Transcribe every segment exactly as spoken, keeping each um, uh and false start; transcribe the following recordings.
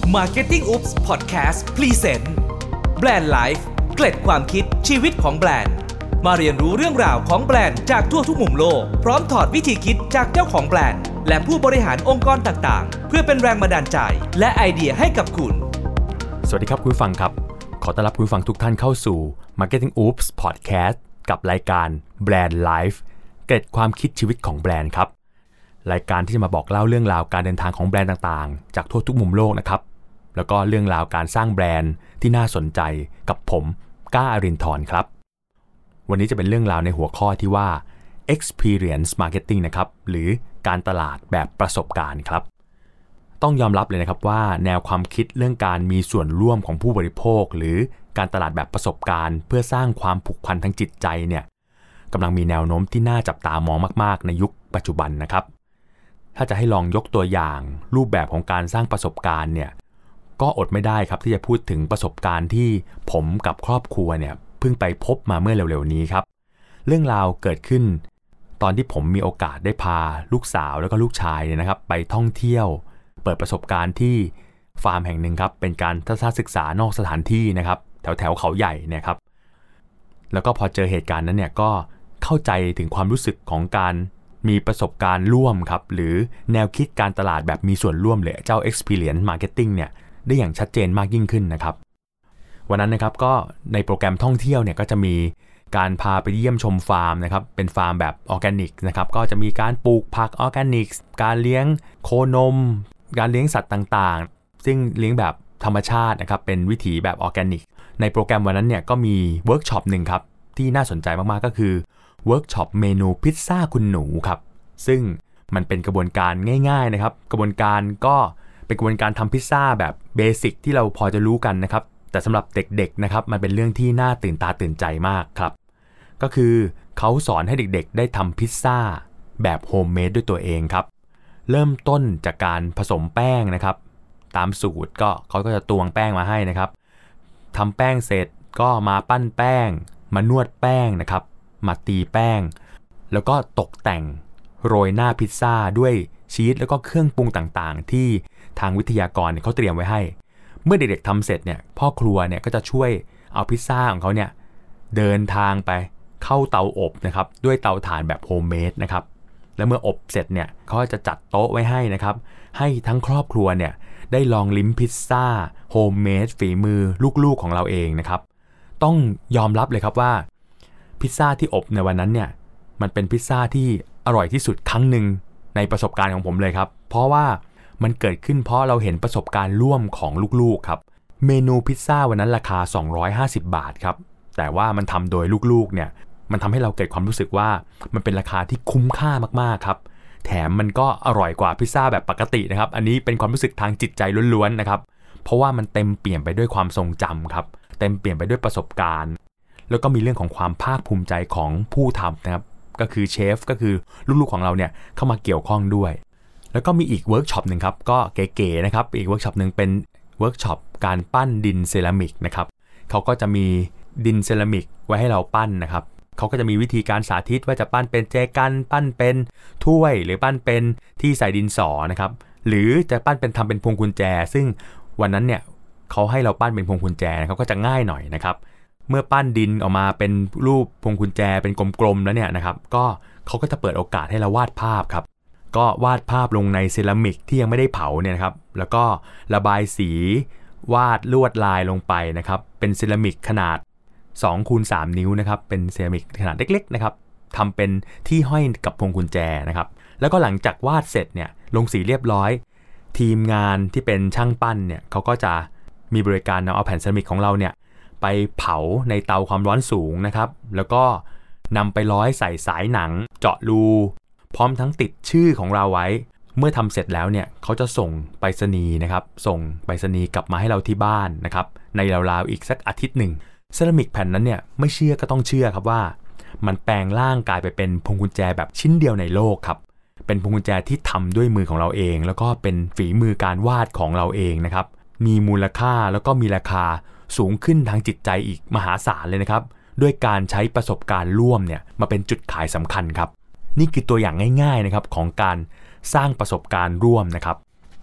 Marketing Oops Podcast Present Brand Life เกล็ดความคิดชีวิตของแบรนด์มาเรียนรู้เรื่องราวของแบรนด์จากทั่วทุกมุมโลกพร้อมถอดวิธีคิดจากเจ้าของแบรนด์และผู้บริหารองค์กรต่างๆเพื่อเป็นแรงบันดาลใจและไอเดียให้กับคุณสวัสดีครับคุณผู้ฟังครับขอต้อนรับคุณผู้ฟังทุกท่านเข้าสู่ Marketing Oops Podcast กับรายการ Brand Life เกร็ดความคิดชีวิตของแบรนด์ครับรายการที่จะมาบอกเล่าเรื่องราวการเดินทางของแบรนด์ต่างๆจากทั่วทุกมุมโลกนะครับแล้วก็เรื่องราวการสร้างแบรนด์ที่น่าสนใจกับผมก้าอรินทร์ครับวันนี้จะเป็นเรื่องราวในหัวข้อที่ว่า Experience Marketing นะครับหรือการตลาดแบบประสบการณ์ครับต้องยอมรับเลยนะครับว่าแนวความคิดเรื่องการมีส่วนร่วมของผู้บริโภคหรือการตลาดแบบประสบการณ์เพื่อสร้างความผูกพันทางจิตใจเนี่ยกำลังมีแนวโน้มที่น่าจับตามองมากๆในยุคปัจจุบันนะครับถ้าจะให้ลองยกตัวอย่างรูปแบบของการสร้างประสบการณ์เนี่ยก็อดไม่ได้ครับที่จะพูดถึงประสบการณ์ที่ผมกับครอบครัวเนี่ยเพิ่งไปพบมาเมื่อเร็วๆนี้ครับเรื่องราวเกิดขึ้นตอนที่ผมมีโอกาสได้พาลูกสาวแล้วก็ลูกชายเนี่ยนะครับไปท่องเที่ยวเปิดประสบการณ์ที่ฟาร์มแห่งหนึ่งครับเป็นการทัศนศึกษานอกสถานที่นะครับแถวแถวเขาใหญ่เนี่ยครับแล้วก็พอเจอเหตุการณ์นั้นเนี่ยก็เข้าใจถึงความรู้สึกของการมีประสบการณ์ร่วมครับหรือแนวคิดการตลาดแบบมีส่วนร่วมเลยเจ้า Experience Marketing เนี่ยได้อย่างชัดเจนมากยิ่งขึ้นนะครับวันนั้นนะครับก็ในโปรแกรมท่องเที่ยวเนี่ยก็จะมีการพาไปเยี่ยมชมฟาร์มนะครับเป็นฟาร์มแบบออร์แกนิกนะครับก็จะมีการปลูกผักออร์แกนิกการเลี้ยงโคนมการเลี้ยงสัตว์ต่างๆซึ่งเลี้ยงแบบธรรมชาตินะครับเป็นวิถีแบบออร์แกนิกในโปรแกรมวันนั้นเนี่ยก็มีเวิร์กช็อปหนึ่งครับที่น่าสนใจมากๆก็คือเวิร์กช็อปเมนูพิซซ่าคุณหนูครับซึ่งมันเป็นกระบวนการง่ายๆนะครับกระบวนการก็เป็นกระบวนการทำพิซซ่าแบบเบสิกที่เราพอจะรู้กันนะครับแต่สำหรับเด็กๆนะครับมันเป็นเรื่องที่น่าตื่นตาตื่นใจมากครับก็คือเขาสอนให้เด็กๆได้ทำพิซซ่าแบบโฮมเมดด้วยตัวเองครับเริ่มต้นจากการผสมแป้งนะครับตามสูตรก็เขาก็จะตวงแป้งมาให้นะครับทำแป้งเสร็จก็มาปั้นแป้งมานวดแป้งนะครับมาตีแป้งแล้วก็ตกแต่งโรยหน้าพิซซ่าด้วยชีสแล้วก็เครื่องปรุงต่างๆที่ทางวิทยากรเขาเตรียมไว้ให้เมื่อเด็กๆทำเสร็จเนี่ยพ่อครัวเนี่ยก็จะช่วยเอาพิซซ่าของเขาเนี่ยเดินทางไปเข้าเตาอบนะครับด้วยเตาถ่านแบบโฮมเมดนะครับแล้วเมื่ออบเสร็จเนี่ยเขาจะจัดโต๊ะไว้ให้นะครับให้ทั้งครอบครัวเนี่ยได้ลองลิ้มพิซซ่าโฮมเมดฝีมือลูกๆของเราเองนะครับต้องยอมรับเลยครับว่าพิซซ่าที่อบในวันนั้นเนี่ยมันเป็นพิซซ่าที่อร่อยที่สุดครั้งหนึ่งในประสบการณ์ของผมเลยครับเพราะว่ามันเกิดขึ้นเพราะเราเห็นประสบการณ์ร่วมของลูกๆครับเมนูพิซซ่าวันนั้นราคาสองร้อยห้าสิบบาทครับแต่ว่ามันทำโดยลูกๆเนี่ยมันทำให้เราเกิดความรู้สึกว่ามันเป็นราคาที่คุ้มค่ามากๆครับแถมมันก็อร่อยกว่าพิซซ่าแบบปกตินะครับอันนี้เป็นความรู้สึกทางจิตใจล้วนๆนะครับเพราะว่ามันเต็มเปี่ยมไปด้วยความทรงจำครับเต็มเปี่ยมไปด้วยประสบการณ์แล้วก็มีเรื่องของความภาคภูมิใจของผู้ทำนะครับก็คือเชฟก็คือลูกๆของเราเนี่ยเข้ามาเกี่ยวข้องด้วยแล้วก็มีอีกเวิร์กช็อปหนึ่งครับก็เก๋ๆนะครับอีกเวิร์กช็อปหนึ่งเป็นเวิร์กช็อปการปั้นดินเซรามิกนะครับเขาก็จะมีดินเซรามิกไว้ให้เราปั้นนะครับเขาก็จะมีวิธีการสาธิตว่าจะปั้นเป็นแจกันปั้นเป็นถ้วยหรือปั้นเป็นที่ใส่ดินสอนะครับหรือจะปั้นเป็นทำเป็นพวงกุญแจซึ่งวันนั้นเนี่ยเขาให้เราปั้นเป็นพวงกุญแจนะครับก็จะง่ายหน่อยนะครับเมื่อปั้นดินออกมาเป็นรูปพวงกุญแจเป็นกลมๆแล้วเนี่ยนะครับก็เขาก็จะเปิดโอกาสให้เราวาดภาพครับก็วาดภาพลงในเซรามิกที่ยังไม่ได้เผาเนี่ยนะครับแล้วก็ระบายสีวาดลวดลายลงไปนะครับเป็นเซรามิกขนาดสองคูณสามนิ้วนะครับเป็นเซรามิกขนาดเล็กๆนะครับทำเป็นที่ห้อยกับพวงกุญแจนะครับแล้วก็หลังจากวาดเสร็จเนี่ยลงสีเรียบร้อยทีมงานที่เป็นช่างปั้นเนี่ยเขาก็จะมีบริการนำเอาแผ่นเซรามิกของเราเนี่ยไปเผาในเตาความร้อนสูงนะครับแล้วก็นำไปร้อยใส่สายหนังเจาะรูพร้อมทั้งติดชื่อของเราไว้เมื่อทำเสร็จแล้วเนี่ยเขาจะส่งไปรษณีย์นะครับส่งไปรษณีย์กลับมาให้เราที่บ้านนะครับในราวๆอีกสักอาทิตย์หนึ่งเซรามิกแผ่นนั้นเนี่ยไม่เชื่อก็ต้องเชื่อครับว่ามันแปลงร่างกายไปเป็นพวงกุญแจแบบชิ้นเดียวในโลกครับเป็นพวงกุญแจที่ทำด้วยมือของเราเองแล้วก็เป็นฝีมือการวาดของเราเองนะครับมีมูลค่าแล้วก็มีราคาสูงขึ้นทางจิตใจอีกมหาศาลเลยนะครับด้วยการใช้ประสบการณ์ร่วมเนี่ยมาเป็นจุดขายสำคัญครับนี่คือตัวอย่างง่ายๆนะครับของการสร้างประสบการณ์ร่วมนะครับ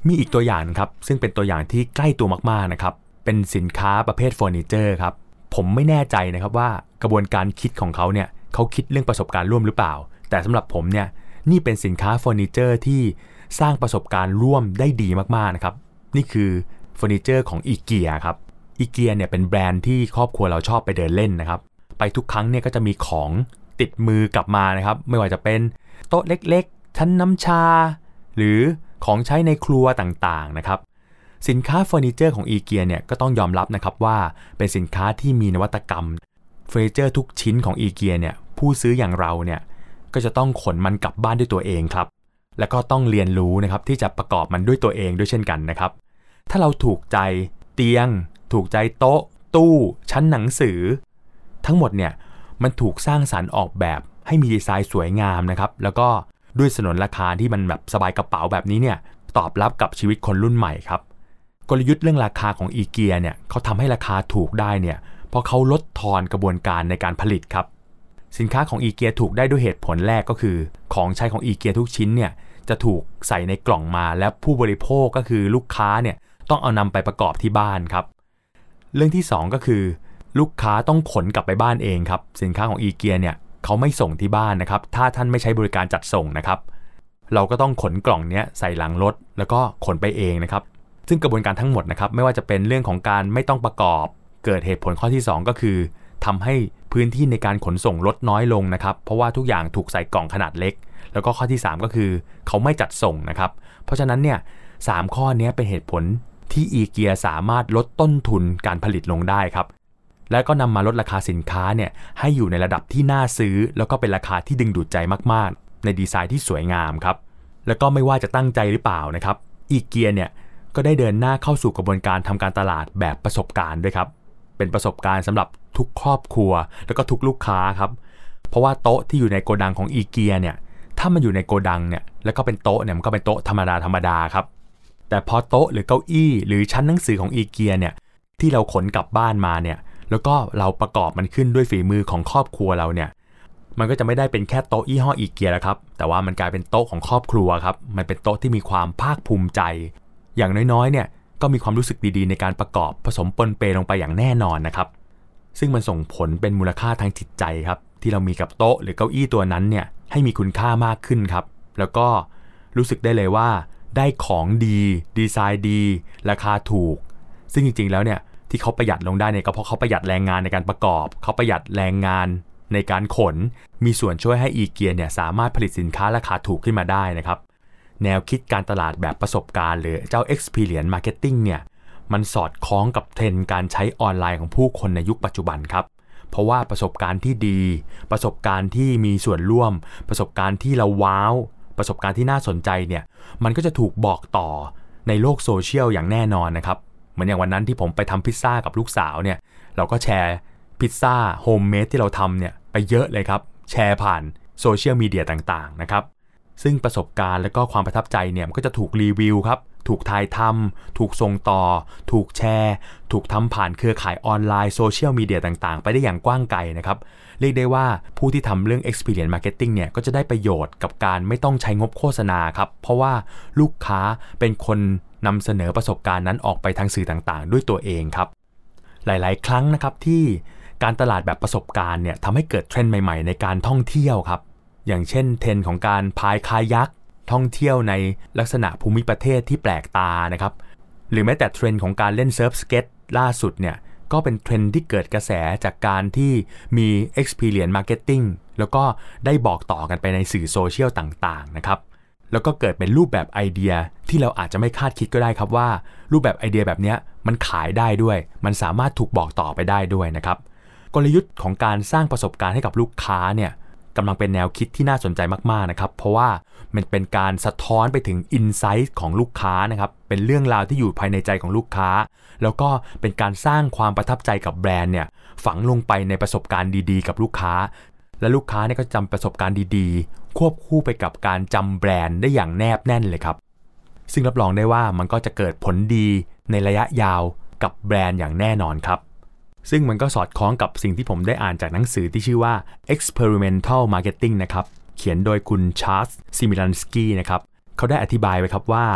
มีอีกตัวอย่างครับซึ่งเป็นตัวอย่างที่ใกล้ตัวมากๆนะครับเป็นสินค้าประเภทเฟอร์นิเจอร์ครับผมไม่แน่ใจนะครับว่ากระบวนการคิดของเขาเนี่ยเขาคิดเรื่องประสบการณ์ร่วมหรือเปล่าแต่สำหรับผมเนี่ยนี่เป็นสินค้าเฟอร์นิเจอร์ที่สร้างประสบการณ์ร่วมได้ดีมากๆนะครับนี่คือเฟอร์นิเจอร์ของอีเกียครับอีเกียเนี่ยเป็นแบรนด์ที่ครอบครัวเราชอบไปเดินเล่นนะครับไปทุกครั้งเนี่ยก็จะมีของติดมือกลับมานะครับไม่ว่าจะเป็นโต๊ะเล็กๆชั้นน้ำชาหรือของใช้ในครัวต่างๆนะครับสินค้าเฟอร์นิเจอร์ของอีเกียเนี่ยก็ต้องยอมรับนะครับว่าเป็นสินค้าที่มีนวัตกรรมเฟอร์นิเจอร์ทุกชิ้นของอีเกียเนี่ยผู้ซื้ออย่างเราเนี่ยก็จะต้องขนมันกลับบ้านด้วยตัวเองครับแล้วก็ต้องเรียนรู้นะครับที่จะประกอบมันด้วยตัวเองด้วยเช่นกันนะครับถ้าเราถูกใจเตียงถูกใจโต๊ะตู้ชั้นหนังสือทั้งหมดเนี่ยมันถูกสร้างสรรค์ออกแบบให้มีดีไซน์สวยงามนะครับแล้วก็ด้วยสนนราคาที่มันแบบสบายกระเป๋าแบบนี้เนี่ยตอบรับกับชีวิตคนรุ่นใหม่ครับกลยุทธ์เรื่องราคาของอีเกียเนี่ยเขาทำให้ราคาถูกได้เนี่ยเพราะเขาลดทอนกระบวนการในการผลิตครับสินค้าของอีเกียถูกได้ด้วยเหตุผลแรกก็คือของใช้ของอีเกียทุกชิ้นเนี่ยจะถูกใส่ในกล่องมาและผู้บริโภคก็คือลูกค้าเนี่ยต้องเอานำไปประกอบที่บ้านครับเรื่องที่สองก็คือลูกค้าต้องขนกลับไปบ้านเองครับสินค้าของอีเกียเนี่ยเขาไม่ส่งที่บ้านนะครับถ้าท่านไม่ใช้บริการจัดส่งนะครับเราก็ต้องขนกล่องนี้ใส่หลังรถแล้วก็ขนไปเองนะครับซึ่งกระบวนการทั้งหมดนะครับไม่ว่าจะเป็นเรื่องของการไม่ต้องประกอบเกิดเหตุผลข้อที่สองก็คือทำให้พื้นที่ในการขนส่งลดน้อยลงนะครับเพราะว่าทุกอย่างถูกใส่กล่องขนาดเล็กแล้วก็ข้อที่สามก็คือเขาไม่จัดส่งนะครับเพราะฉะนั้นเนี่ยสามข้อนี้เป็นเหตุผลที่อีเกียสามารถลดต้นทุนการผลิตลงได้ครับและก็นำมาลดราคาสินค้าเนี่ยให้อยู่ในระดับที่น่าซื้อแล้วก็เป็นราคาที่ดึงดูดใจมากๆในดีไซน์ที่สวยงามครับแล้วก็ไม่ว่าจะตั้งใจหรือเปล่านะครับอีเกียเนี่ยก็ได้เดินหน้าเข้าสู่กระบวนการทำการตลาดแบบประสบการณ์ด้วยครับเป็นประสบการณ์สำหรับทุกครอบครัวแล้วก็ทุกลูกค้าครับเพราะว่าโต๊ะที่อยู่ในโกดังของอีเกียเนี่ยถ้ามันอยู่ในโกดังเนี่ยแล้วก็เป็นโต๊ะเนี่ยมันก็เป็นโต๊ะธรรมดาธรรมดาครับแต่พอโต๊ะหรือเก้าอี้หรือชั้นหนังสือของอีเกียเนี่ยที่เราขนกลับบ้านมาเนี่ยแล้วก็เราประกอบมันขึ้นด้วยฝีมือของครอบครัวเราเนี่ยมันก็จะไม่ได้เป็นแค่โต๊ะยี่ห้ออีเกียแล้วครับแต่ว่ามันกลายเป็นโต๊ะของครอบครัวครับมันเป็นโต๊ะที่มีความภาคภูมิใจอย่างน้อยๆเนี่ยก็มีความรู้สึกดีๆในการประกอบผสมปนเปลงไปอย่างแน่นอนนะครับซึ่งมันส่งผลเป็นมูลค่าทางจิตใจครับที่เรามีกับโต๊ะหรือเก้าอี้ตัวนั้นเนี่ยให้มีคุณค่ามากขึ้นครับแล้วก็รู้สึกได้เลยว่าได้ของดีดีไซน์ดีราคาถูกซึ่งจริงๆแล้วเนี่ยที่เขาประหยัดลงได้เนี่ยก็เพราะเขาประหยัดแรงงานในการประกอบเขาประหยัดแรงงานในการขนมีส่วนช่วยให้อีเกียเนี่ยสามารถผลิตสินค้าราคาถูกขึ้นมาได้นะครับแนวคิดการตลาดแบบประสบการณ์หรือเจ้า Experience Marketing เนี่ยมันสอดคล้องกับเทรนด์การใช้ออนไลน์ของผู้คนในยุคปัจจุบันครับเพราะว่าประสบการณ์ที่ดีประสบการณ์ที่มีส่วนร่วมประสบการณ์ที่เราว้าวประสบการณ์ที่น่าสนใจเนี่ยมันก็จะถูกบอกต่อในโลกโซเชียลอย่างแน่นอนนะครับเหมือนอย่างวันนั้นที่ผมไปทำพิซซ่ากับลูกสาวเนี่ยเราก็แชร์พิซซ่าโฮมเมดที่เราทำเนี่ยไปเยอะเลยครับแชร์ผ่านโซเชียลมีเดียต่างๆนะครับซึ่งประสบการณ์และก็ความประทับใจเนี่ยมันก็จะถูกรีวิวครับถูกถ่ายทำถูกส่งต่อถูกแชร์ถูกทำผ่านเครือข่ายออนไลน์โซเชียลมีเดียต่างๆไปได้อย่างกว้างไกลนะครับเรียกได้ว่าผู้ที่ทำเรื่อง Experience Marketing เนี่ยก็จะได้ประโยชน์กับการไม่ต้องใช้งบโฆษณาครับเพราะว่าลูกค้าเป็นคนนำเสนอประสบการณ์นั้นออกไปทางสื่อต่างๆด้วยตัวเองครับหลายๆครั้งนะครับที่การตลาดแบบประสบการณ์เนี่ยทำให้เกิดเทรนด์ใหม่ๆในการท่องเที่ยวครับอย่างเช่นเทรนด์ของการพายคายักท่องเที่ยวในลักษณะภูมิประเทศที่แปลกตานะครับหรือแม้แต่เทรนด์ของการเล่นเซิร์ฟสเก็ตล่าสุดเนี่ยก็เป็นเทรนด์ที่เกิดกระแสจากการที่มี Experience Marketing แล้วก็ได้บอกต่อกันไปในสื่อโซเชียลต่างๆนะครับแล้วก็เกิดเป็นรูปแบบไอเดียที่เราอาจจะไม่คาดคิดก็ได้ครับว่ารูปแบบไอเดียแบบนี้มันขายได้ด้วยมันสามารถถูกบอกต่อไปได้ด้วยนะครับกลยุทธ์ของการสร้างประสบการณ์ให้กับลูกค้าเนี่ยกำลังเป็นแนวคิดที่น่าสนใจมากๆนะครับเพราะว่ามันเป็นการสะท้อนไปถึงอินไซต์ของลูกค้านะครับเป็นเรื่องราวที่อยู่ภายในใจของลูกค้าแล้วก็เป็นการสร้างความประทับใจกับแบรนด์เนี่ยฝังลงไปในประสบการณ์ดีๆกับลูกค้าและลูกค้าเนี่ยก็จำประสบการณ์ดีๆควบคู่ไปกับการจำแบรนด์ได้อย่างแนบแน่นเลยครับซึ่งรับรองได้ว่ามันก็จะเกิดผลดีในระยะยาวกับแบรนด์อย่างแน่นอนครับซึ่งมันก็สอดคล้องกับสิ่งที่ผมได้อ่านจากหนังสือที่ชื่อว่า Experimental Marketing นะครับเขียนโดยคุณชาร์ลส์ซิมิลันสกี้นะครับเขาได้อธิบายไว้ครับว่า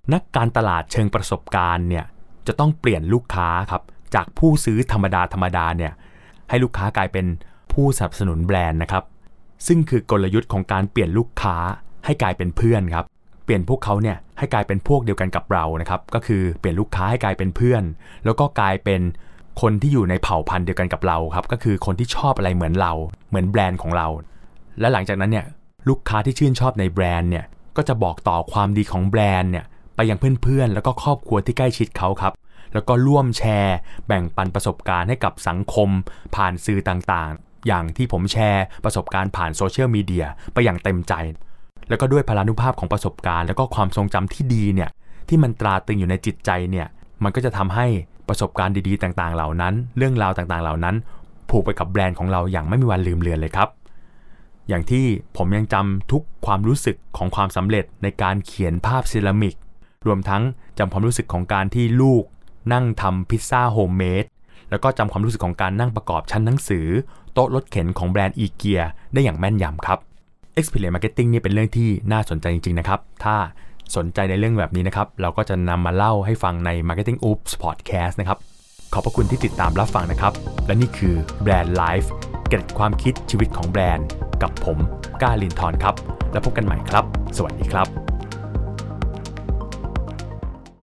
นักการตลาดเชิงประสบการณ์เนี่ยจะต้องเปลี่ยนลูกค้าครับจากผู้ซื้อธรรมดาธรรมดาเนี่ยให้ลูกค้ากลายเป็นผู้สนับสนุนแบรนด์นะครับซึ่งคือกลยุทธ์ของการเปลี่ยนลูกค้าให้กลายเป็นเพื่อนครับเปลี่ยนพวกเขาเนี่ยให้กลายเป็นพวกเดียวกันกับเรานะครับก็คือเปลี่ยนลูกค้าให้กลายเป็นเพื่อนแล้วก็กลายเป็นคนที่อยู่ในเผ่าพันธุ์เดียวกันกับเราครับก็คือคนที่ชอบอะไรเหมือนเราเหมือนแบรนด์ของเราและหลังจากนั้นเนี่ยลูกค้าที่ชื่นชอบในแบรนด์เนี่ยก็จะบอกต่อความดีของแบรนด์เนี่ยไปยังเพื่อนๆแล้วก็ครอบครัวที่ใกล้ชิดเขาครับแล้วก็ร่วมแชร์แบ่งปันประสบการณ์ให้กับสังคมผ่านสื่อต่างๆอย่างที่ผมแชร์ประสบการณ์ผ่านโซเชียลมีเดียไปอย่างเต็มใจแล้วก็ด้วยพลานุภาพของประสบการณ์แล้วก็ความทรงจำที่ดีเนี่ยที่มันตราตรึงอยู่ในจิตใจเนี่ยมันก็จะทำให้ประสบการณ์ดีๆต่างๆเหล่านั้นเรื่องราวต่างๆเหล่านั้นผูกไปกับแบรนด์ของเราอย่างไม่มีวันลืมเลือนเลยครับอย่างที่ผมยังจำทุกความรู้สึกของความสำเร็จในการเขียนภาพเซรามิกรวมทั้งจำความรู้สึกของการที่ลูกนั่งทำพิซซ่าโฮมเมดแล้วก็จำความรู้สึกของการนั่งประกอบชั้นหนังสือโต๊ะรถเข็นของแบรนด์อีเกียได้อย่างแม่นยำครับ Experience Marketing นี่เป็นเรื่องที่น่าสนใจจริงๆนะครับถ้าสนใจในเรื่องแบบนี้นะครับเราก็จะนำมาเล่าให้ฟังใน Marketing Oops Podcast นะครับขอบพระคุณที่ติดตามรับฟังนะครับและนี่คือ Brand Life เกร็ดความคิดชีวิตของแบรนด์กับผมก้าลินทร์ครับแล้วพบกันใหม่ครับสวัสดีครับ